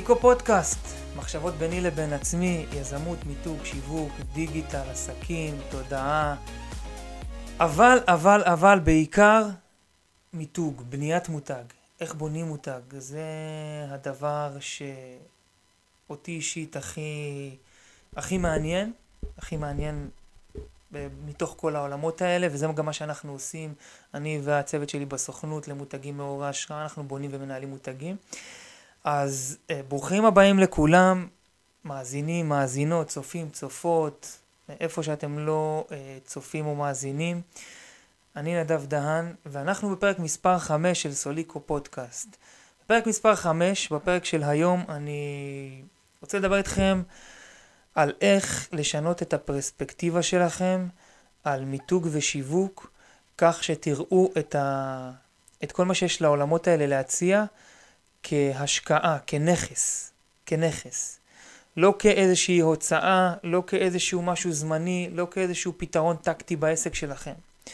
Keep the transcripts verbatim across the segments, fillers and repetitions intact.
סוליקו פודקאסט, מחשבות ביני לבין עצמי, יזמות, מיתוג, שיווק, דיגיטל, עסקים, תודעה. אבל, אבל, אבל, בעיקר מיתוג, בניית מותג. איך בונים מותג? זה הדבר שאותי אישית הכי, הכי מעניין, הכי מעניין מתוך כל העולמות האלה, וזה גם מה שאנחנו עושים, אני והצוות שלי בסוכנות למותגים מעוררי השראה, אנחנו בונים ומנהלים מותגים. אז ברוכים הבאים לכולם, מאזינים, מאזינות, צופים, צופות, איפה שאתם לא צופים או מאזינים. אני נדב דהן, ואנחנו בפרק מספר חמש של סוליקו פודקאסט. בפרק מספר חמש, בפרק של היום, אני רוצה לדבר איתכם על איך לשנות את הפרספקטיבה שלכם, על מיתוג ושיווק, כך שתראו את, ה... את כל מה שיש לעולמות האלה להציע, כהשקעה, כנכס, כנכס. לא כאיזושהי הוצאה, לא כאיזשהו משהו זמני, לא כאיזשהו פתרון טקטי בעסק שלכם.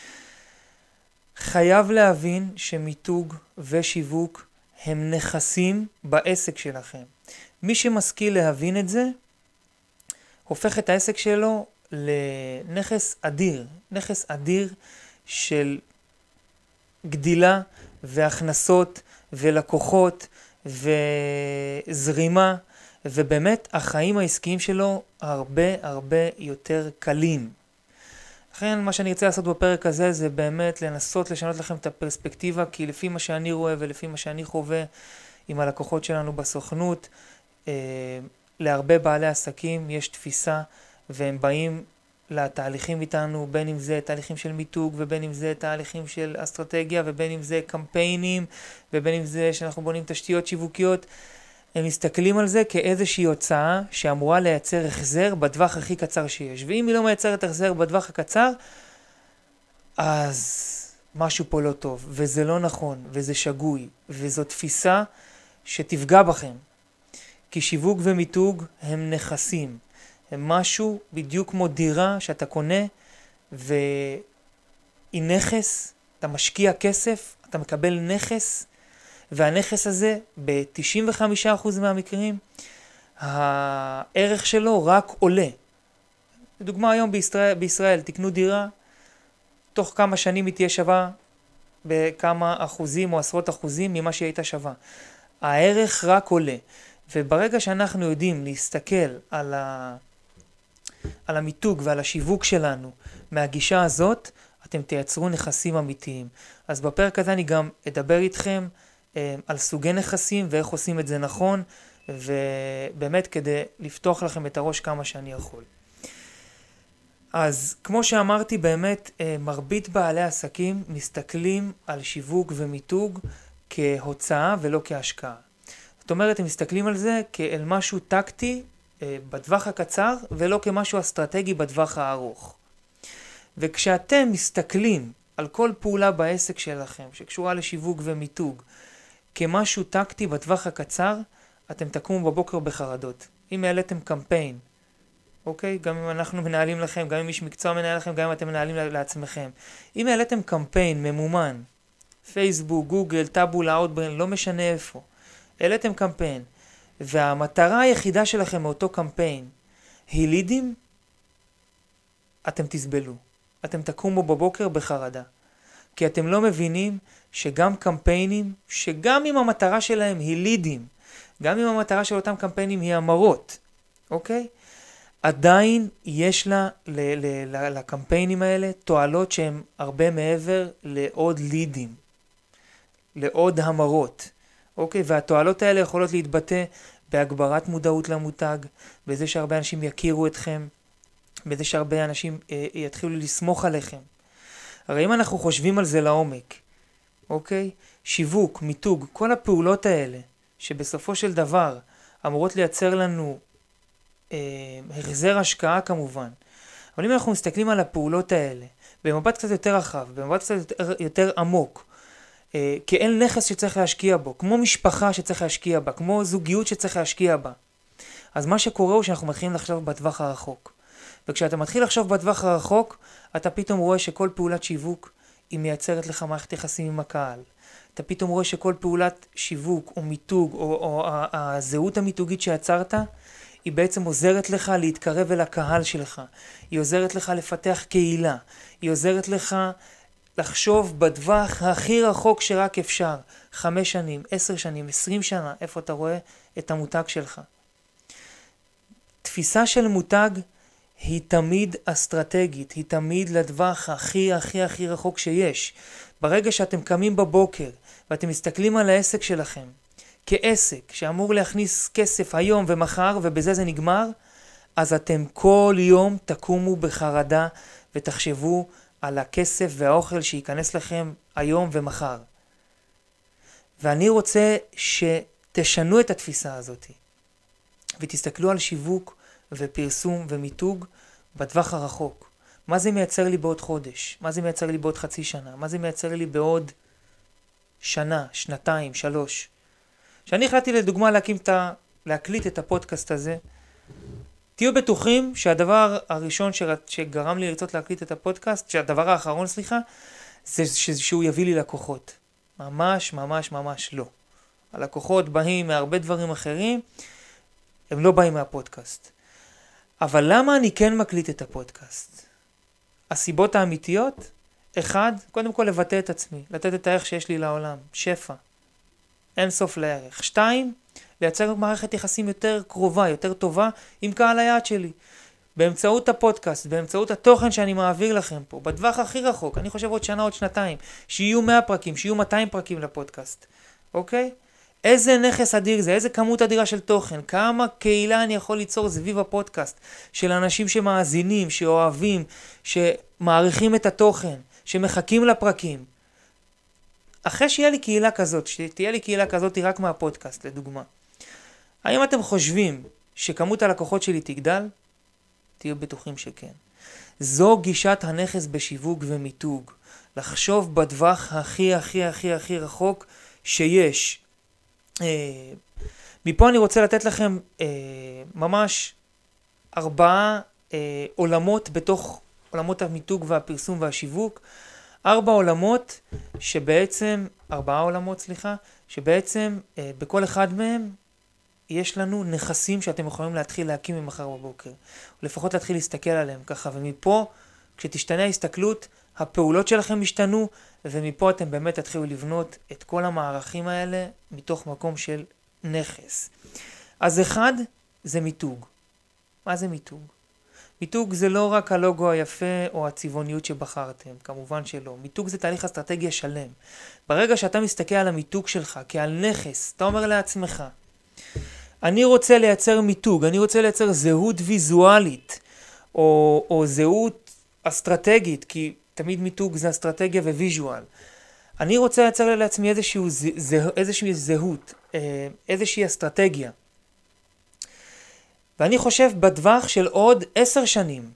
חייב להבין שמיתוג ושיווק הם נכסים בעסק שלכם. מי שמשכיל להבין את זה, הופך את העסק שלו לנכס אדיר, נכס אדיר של גדילה והכנסות ולקוחות וזרימה, ובאמת החיים העסקיים שלו הרבה הרבה יותר קלים. לכן מה שאני רוצה לעשות בפרק הזה זה באמת לנסות לשנות לכם את הפרספקטיבה, כי לפי מה שאני רואה ולפי מה שאני חווה עם הלקוחות שלנו בסוכנות, אה, להרבה בעלי עסקים יש תפיסה, והם באים לתהליכים איתנו, בין אם זה תהליכים של מיתוג, ובין אם זה תהליכים של אסטרטגיה, ובין אם זה קמפיינים, ובין אם זה שאנחנו בונים תשתיות שיווקיות. הם מסתכלים על זה כאיזושהי הוצאה שאמורה לייצר החזר בטווח הכי קצר שיש. ואם היא לא מייצרת החזר בטווח הקצר, אז משהו פה לא טוב, וזה לא נכון, וזה שגוי, וזו תפיסה שתפגע בכם. כי שיווק ומיתוג הם נכסים. הם משהו בדיוק כמו דירה שאתה קונה, והיא נכס, אתה משקיע כסף, אתה מקבל נכס, והנכס הזה ב-תשעים וחמישה אחוז מהמקרים, הערך שלו רק עולה. לדוגמה היום בישראל, בישראל תקנו דירה, תוך כמה שנים היא תהיה שווה בכמה אחוזים או עשרות אחוזים ממה שהיא הייתה שווה. הערך רק עולה. וברגע שאנחנו יודעים להסתכל על, ה... על המיתוג ועל השיווק שלנו מהגישה הזאת, אתם תייצרו נכסים אמיתיים. אז בפרק הזה אני גם אדבר איתכם אה, על סוגי נכסים ואיך עושים את זה נכון, ובאמת כדי לפתוח לכם את הראש כמה שאני יכול. אז כמו שאמרתי, באמת אה, מרבית בעלי עסקים מסתכלים על שיווק ומיתוג כהוצאה ולא כהשקעה. זאת אומרת, הם מסתכלים על זה כאל משהו טקטי אה, בטווח הקצר, ולא כמשהו אסטרטגי בטווח הארוך. וכשאתם מסתכלים על כל פעולה בעסק שלכם, שקשורה לשיווק ומיתוג, כמשהו טקטי בטווח הקצר, אתם תקומו בבוקר בחרדות. אם העליתם קמפיין, אוקיי? גם אם אנחנו מנהלים לכם, גם אם איש מקצוע מנהל לכם, גם אם אתם מנהלים לעצמכם. אם העליתם קמפיין ממומן, פייסבוק, גוגל, טאבולה, אאוטברן, לא משנה איפה, העליתם קמפיין, והמטרה היחידה שלכם מאותו קמפיין היא לידים, אתם תסבלו. אתם תקומו בבוקר בחרדה. כי אתם לא מבינים שגם קמפיינים, שגם אם המטרה שלהם היא לידים, גם אם המטרה של אותם קמפיינים היא המרות, אוקיי? עדיין יש לה, ל- ל- ל- לקמפיינים האלה, תועלות שהן הרבה מעבר לעוד לידים, לעוד המרות. אוקיי, והתועלות האלה יכולות להתבטא בהגברת מודעות למותג, בזה שהרבה אנשים יכירו אתכם, בזה שהרבה אנשים אה, יתחילו לסמוך עליכם. הרי אם אנחנו חושבים על זה לעומק, אוקיי, שיווק, מיתוג, כל הפעולות האלה, שבסופו של דבר אמורות לייצר לנו אה, החזר השקעה כמובן, אבל אם אנחנו מסתכלים על הפעולות האלה, במבט קצת יותר רחב, במבט קצת יותר, יותר עמוק, כאל נכס שצריך להשקיע בו, כמו משפחה שצריך להשקיע בה, כמו זוגיות שצריך להשקיע בה. אז מה שקורה הוא שאנחנו מתחילים לחשוב בטווח הרחוק. וכשאתה מתחיל לחשוב בטווח הרחוק, אתה פתאום רואה שכל פעולת שיווק היא מייצרת לך מערכת יחסים עם הקהל. אתה פתאום רואה שכל פעולת שיווק או מיתוג או, או הזהות המיתוגית שיצרת, היא בעצם עוזרת לך להתקרב אל הקהל שלך. היא עוזרת לך לפתח קהילה. היא עוזרת לך לחשוב בטווח הכי רחוק שרק אפשר. חמש שנים, עשר שנים, עשרים שנה, איפה אתה רואה את המותג שלך. תפיסה של מותג היא תמיד אסטרטגית, היא תמיד לטווח הכי הכי הכי רחוק שיש. ברגע שאתם קמים בבוקר ואתם מסתכלים על העסק שלכם, כעסק שאמור להכניס כסף היום ומחר ובזה זה נגמר, אז אתם כל יום תקומו בחרדה ותחשבו על הכסף והאוכל שייכנס לכם היום ומחר. ואני רוצה שתשנו את התפיסה הזאת ותסתכלו על שיווק ופרסום ומיתוג בטווח הרחוק. מה זה מייצר לי בעוד חודש? מה זה מייצר לי בעוד חצי שנה? מה זה מייצר לי בעוד שנה, שנתיים, שלוש? כשאני החלטתי לדוגמה להקים את ה... להקליט את הפודקאסט הזה, תהיו בטוחים שהדבר הראשון ש... שגרם לי לרצות להקליט את הפודקאסט, שהדבר האחרון, סליחה, זה ש... שהוא יביא לי לקוחות. ממש, ממש, ממש לא. הלקוחות באים מהרבה דברים אחרים, הם לא באים מהפודקאסט. אבל למה אני כן מקליט את הפודקאסט? הסיבות האמיתיות, אחד, קודם כל לבטא את עצמי, לתת את הערך שיש לי לעולם, שפע, אין סוף לערך. שתיים, לייצר מערכת יחסים יותר קרובה, יותר טובה עם קהל היעד שלי. באמצעות הפודקאסט, באמצעות התוכן שאני מעביר לכם פה, בטווח הכי רחוק, אני חושב עוד שנה, עוד שנתיים, שיהיו מאה פרקים, שיהיו מאתיים פרקים לפודקאסט. אוקיי? איזה נכס אדיר זה, איזה כמות אדירה של תוכן, כמה קהילה אני יכול ליצור סביב הפודקאסט, של אנשים שמאזינים, שאוהבים, שמעריכים את התוכן, שמחכים לפרקים. אחרי שיהיה לי קהילה כזאת, שתהיה לי קהילה כזאת רק מהפודקאסט, לדוגמה. האם אתם חושבים שכמות הלקוחות שלי תגדל? תהיו בטוחים שכן. זו גישת הנכס בשיווק ומיתוג. לחשוב בטווח הכי הכי הכי הכי רחוק שיש. אה, מפה אני רוצה לתת לכם אה, ממש ארבעה אה, עולמות בתוך עולמות המיתוג והפרסום והשיווק. ארבע עולמות שבעצם, ארבעה עולמות סליחה, שבעצם אה, בכל אחד מהם יש לנו נכסים שאתם יכולים להתחיל להקים ממחר בבוקר. או לפחות להתחיל להסתכל עליהם ככה. ומפה, כשתשתנה ההסתכלות, הפעולות שלכם ישתנו, ומפה אתם באמת תתחילו לבנות את כל המערכים האלה מתוך מקום של נכס. אז אחד, זה מיתוג. מה זה מיתוג? מיתוג זה לא רק הלוגו היפה או הצבעוניות שבחרתם, כמובן שלא. מיתוג זה תהליך אסטרטגיה שלם. ברגע שאתה מסתכל על המיתוג שלך כעל נכס, אתה אומר לעצמך, אני רוצה לייצר מיתוג, אני רוצה לייצר זהות ויזואלית, או, או זהות אסטרטגית, כי תמיד מיתוג זה אסטרטגיה וויז'ואל. אני רוצה לייצר לעצמי איזשהו, זה, איזושהי זהות, איזושהי אסטרטגיה. ואני חושב בטווח של עוד עשר שנים.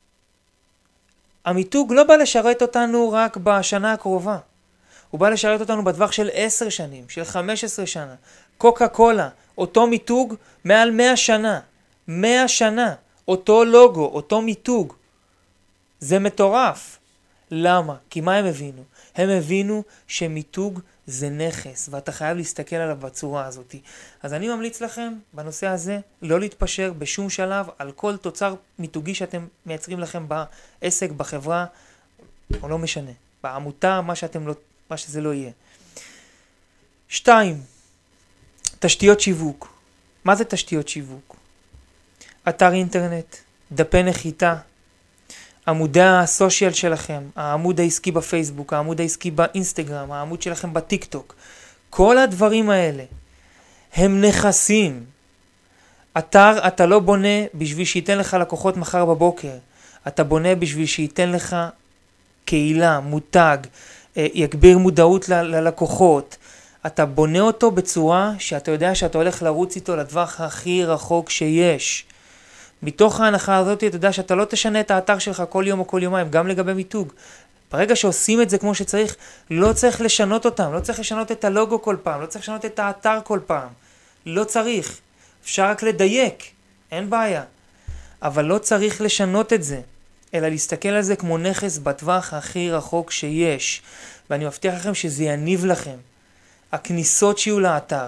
המיתוג לא בא לשרת אותנו רק בשנה הקרובה. הוא בא לשרת אותנו בטווח של עשר שנים, של חמש עשרה שנה. קוקה קולה, אותו מיתוג מעל מאה שנה. מאה שנה. אותו לוגו, אותו מיתוג. זה מטורף. למה? כי מה הם הבינו? הם הבינו שמיתוג זה נכס, ואתה חייב להסתכל עליו בצורה הזאת. אז אני ממליץ לכם בנושא הזה לא להתפשר בשום שלב על כל תוצר מיתוגי שאתם מייצרים לכם בעסק, בחברה, או לא משנה, בעמותה, מה שאתם לא, מה שזה לא יהיה. שתיים, תשתיות שיווק. מה זה תשתיות שיווק? אתר אינטרנט, דפי נחיתה, עמודי הסושיאל שלכם, העמוד העסקי בפייסבוק, העמוד העסקי באינסטגרם, העמוד שלכם בטיק טוק. כל הדברים האלה הם נכסים. אתר אתה לא בונה בשביל שייתן לך לקוחות מחר בבוקר. אתה בונה בשביל שייתן לך קהילה, מותג, יגביר מודעות ללקוחות. אתה בונה אותו בצורה שאתה יודע שאתה הולך לרוץ איתו לטווח הכי רחוק שיש. מתוך ההנחה הזאת אתה יודע שאתה לא תשנה את האתר שלך כל יום או כל יומיים, גם לגבי מיתוג. ברגע שעושים את זה כמו שצריך, לא צריך לשנות אותם, לא צריך לשנות את הלוגו כל פעם, לא צריך לשנות את האתר כל פעם. לא צריך. אפשר רק לדייק, אין בעיה. אבל לא צריך לשנות את זה, אלא להסתכל על זה כמו נכס בטווח הכי רחוק שיש. ואני מבטיח לכם שזה יניב לכם. הכניסות שיהיו לאתר,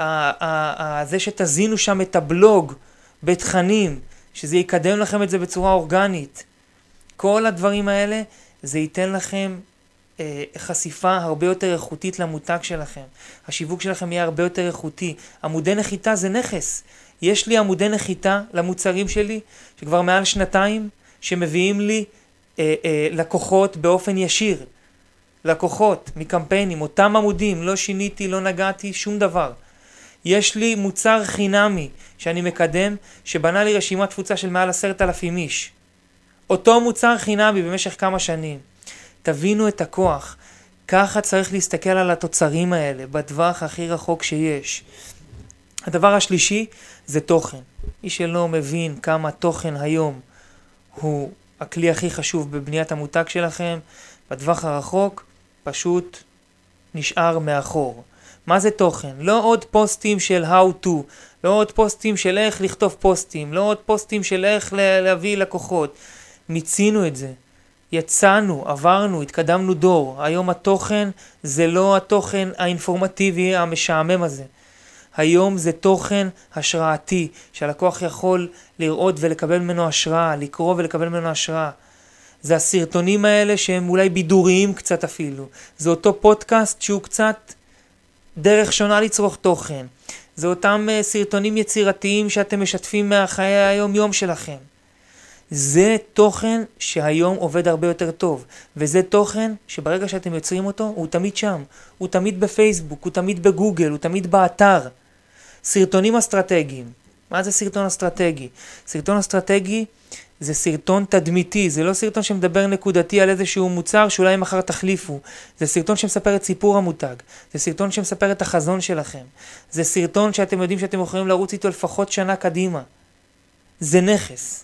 זה שתזינו שם את הבלוג בתכנים, שזה יקדם לכם את זה בצורה אורגנית. כל הדברים האלה, זה ייתן לכם אה, חשיפה הרבה יותר איכותית למותג שלכם. השיווק שלכם יהיה הרבה יותר איכותי. עמודי נחיתה זה נכס. יש לי עמודי נחיתה למוצרים שלי, שכבר מעל שנתיים, שמביאים לי אה, אה, לקוחות באופן ישיר. לקוחות מקמפיינים, אותם עמודים, לא שיניתי, לא נגעתי, שום דבר. יש לי מוצר חינמי שאני מקדם, שבנה לי רשימת תפוצה של מעל עשרת אלפים איש. אותו מוצר חינמי במשך כמה שנים. תבינו את הכוח. ככה צריך להסתכל על התוצרים האלה, בטווח הכי רחוק שיש. הדבר השלישי זה תוכן. מי שלא מבין כמה תוכן היום הוא הכלי הכי חשוב בבניית המותג שלכם, בטווח הרחוק פשוט נשאר מאחור. מה זה תוכן? לא עוד פוסטים של how to, לא עוד פוסטים של איך לכתוב פוסטים, לא עוד פוסטים של איך להביא לקוחות. מיצינו את זה. יצאנו, עברנו, התקדמנו דור. היום התוכן זה לא התוכן האינפורמטיבי המשעמם הזה. היום זה תוכן השראתי, שהלקוח יכול לראות ולקבל ממנו השראה, לקרוא ולקבל ממנו השראה. זה הסרטונים האלה שהם אולי בידוריים קצת אפילו. זה אותו פודקאסט שהוא קצת דרך שונה לצרוך תוכן. זה אותם סרטונים יצירתיים שאתם משתפים מהחיי היום יום שלכם. זה תוכן שהיום עובד הרבה יותר טוב. וזה תוכן שברגע שאתם יוצרים אותו, הוא תמיד שם. הוא תמיד בפייסבוק, הוא תמיד בגוגל, הוא תמיד באתר. סרטונים אסטרטגיים. מה זה סרטון אסטרטגי? סרטון אסטרטגי זה סרטון תדמיתי, זה לא סרטון שמדבר נקודתי על איזשהו מוצר שאולי מחר תחליפו. זה סרטון שמספר את סיפור המותג. זה סרטון שמספר את החזון שלכם. זה סרטון שאתם יודעים שאתם יכולים לרוץ איתו לפחות שנה קדימה. זה נכס.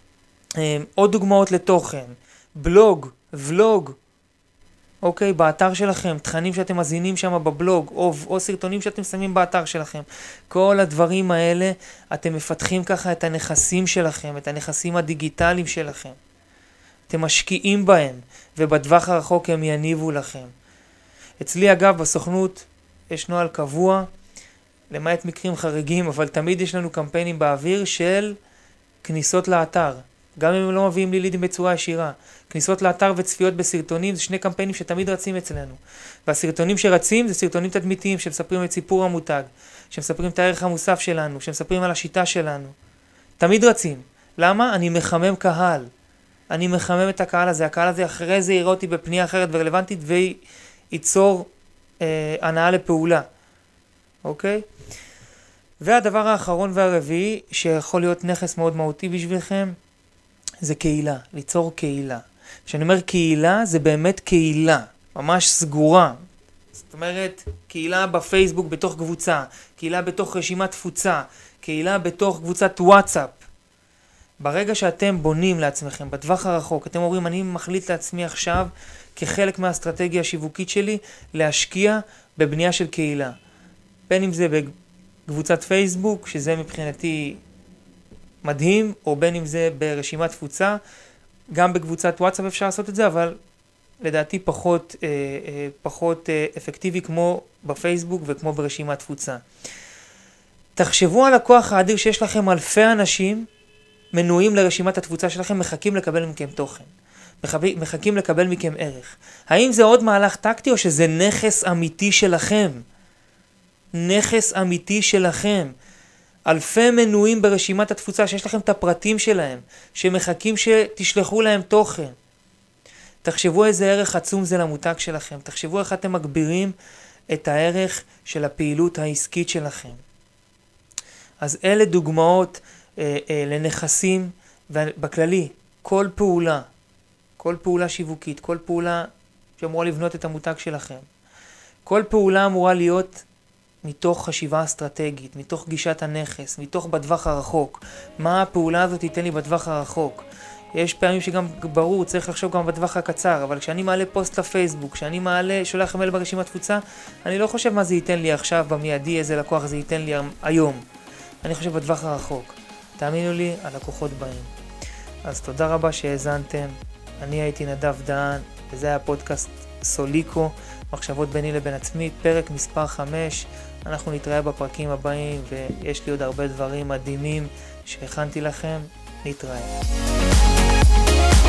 עוד דוגמאות לתוכן. בלוג, ולוג. אוקיי, באתר שלכם, תכנים שאתם מזינים שם בבלוג, או, או סרטונים שאתם שמים באתר שלכם. כל הדברים האלה, אתם מפתחים ככה את הנכסים שלכם, את הנכסים הדיגיטליים שלכם. אתם משקיעים בהם, ובטווח הרחוק הם יניבו לכם. אצלי אגב, בסוכנות, יש נוהל קבוע, למעט מקרים חריגים, אבל תמיד יש לנו קמפיינים באוויר של כניסות לאתר. גם אם הם לא מביאים לי לידים בצורה ישירה. כניסות לאתר וצפיות בסרטונים זה שני קמפיינים שתמיד רצים אצלנו. והסרטונים שרצים זה סרטונים תדמיתיים שמספרים את סיפור המותג, שמספרים את הערך המוסף שלנו, שמספרים על השיטה שלנו. תמיד רצים. למה? אני מחמם קהל. אני מחמם את הקהל הזה. הקהל הזה אחרי זה יראה אותי בפנייה אחרת ורלוונטית וייצור אה, הנאה לפעולה. אוקיי? והדבר האחרון והרביעי שיכול להיות נכס מאוד מהותי בשבילכם, זה קהילה, ליצור קהילה. כשאני אומר קהילה, זה באמת קהילה, ממש סגורה. זאת אומרת, קהילה בפייסבוק בתוך קבוצה, קהילה בתוך רשימת תפוצה, קהילה בתוך קבוצת וואטסאפ. ברגע שאתם בונים לעצמכם, בטווח הרחוק, אתם אומרים, אני מחליט לעצמי עכשיו, כחלק מהאסטרטגיה השיווקית שלי, להשקיע בבנייה של קהילה. בין אם זה בקבוצת פייסבוק, שזה מבחינתי מדהים, או בין אם זה ברשימת תפוצה, גם בקבוצת וואטסאפ אפשר לעשות את זה, אבל לדעתי פחות, אה, אה, פחות אה, אפקטיבי כמו בפייסבוק וכמו ברשימת תפוצה. תחשבו על הכוח האדיר שיש לכם אלפי אנשים מנויים לרשימת התפוצה שלכם, מחכים לקבל מכם תוכן, מחכים לקבל מכם ערך. האם זה עוד מהלך טקטי או שזה נכס אמיתי שלכם? נכס אמיתי שלכם. אלפי מנויים ברשימת התפוצה שיש לכם את הפרטים שלהם, שמחכים שתשלחו להם תוכן. תחשבו איזה ערך עצום זה למותג שלכם. תחשבו איך אתם מגבירים את הערך של הפעילות העסקית שלכם. אז אלה דוגמאות אה, אה, לנכסים, ובכללי, כל פעולה, כל פעולה שיווקית, כל פעולה שאמורה לבנות את המותג שלכם. כל פעולה אמורה להיות מתוך חשיבה אסטרטגית, מתוך גישת הנכס, מתוך בטווח הרחוק. מה הפעולה הזאת תיתן לי בטווח הרחוק? יש פעמים שגם ברור, צריך לחשוב גם בטווח הקצר, אבל כשאני מעלה פוסט לפייסבוק, כשאני מעלה, שולח מייל ברשימת תפוצה, אני לא חושב מה זה ייתן לי עכשיו במיידי, איזה לקוח זה ייתן לי היום. אני חושב בטווח הרחוק. תאמינו לי, הלקוחות באים. אז תודה רבה שהאזנתם. אני הייתי נדב דהן, וזה היה פודקאסט סוליקו, מחשבות ביני לבין עצמי, פרק מספר חמש. אנחנו נתראה בפרקים הבאים, ויש לי עוד הרבה דברים מדהימים שהכנתי לכם. נתראה.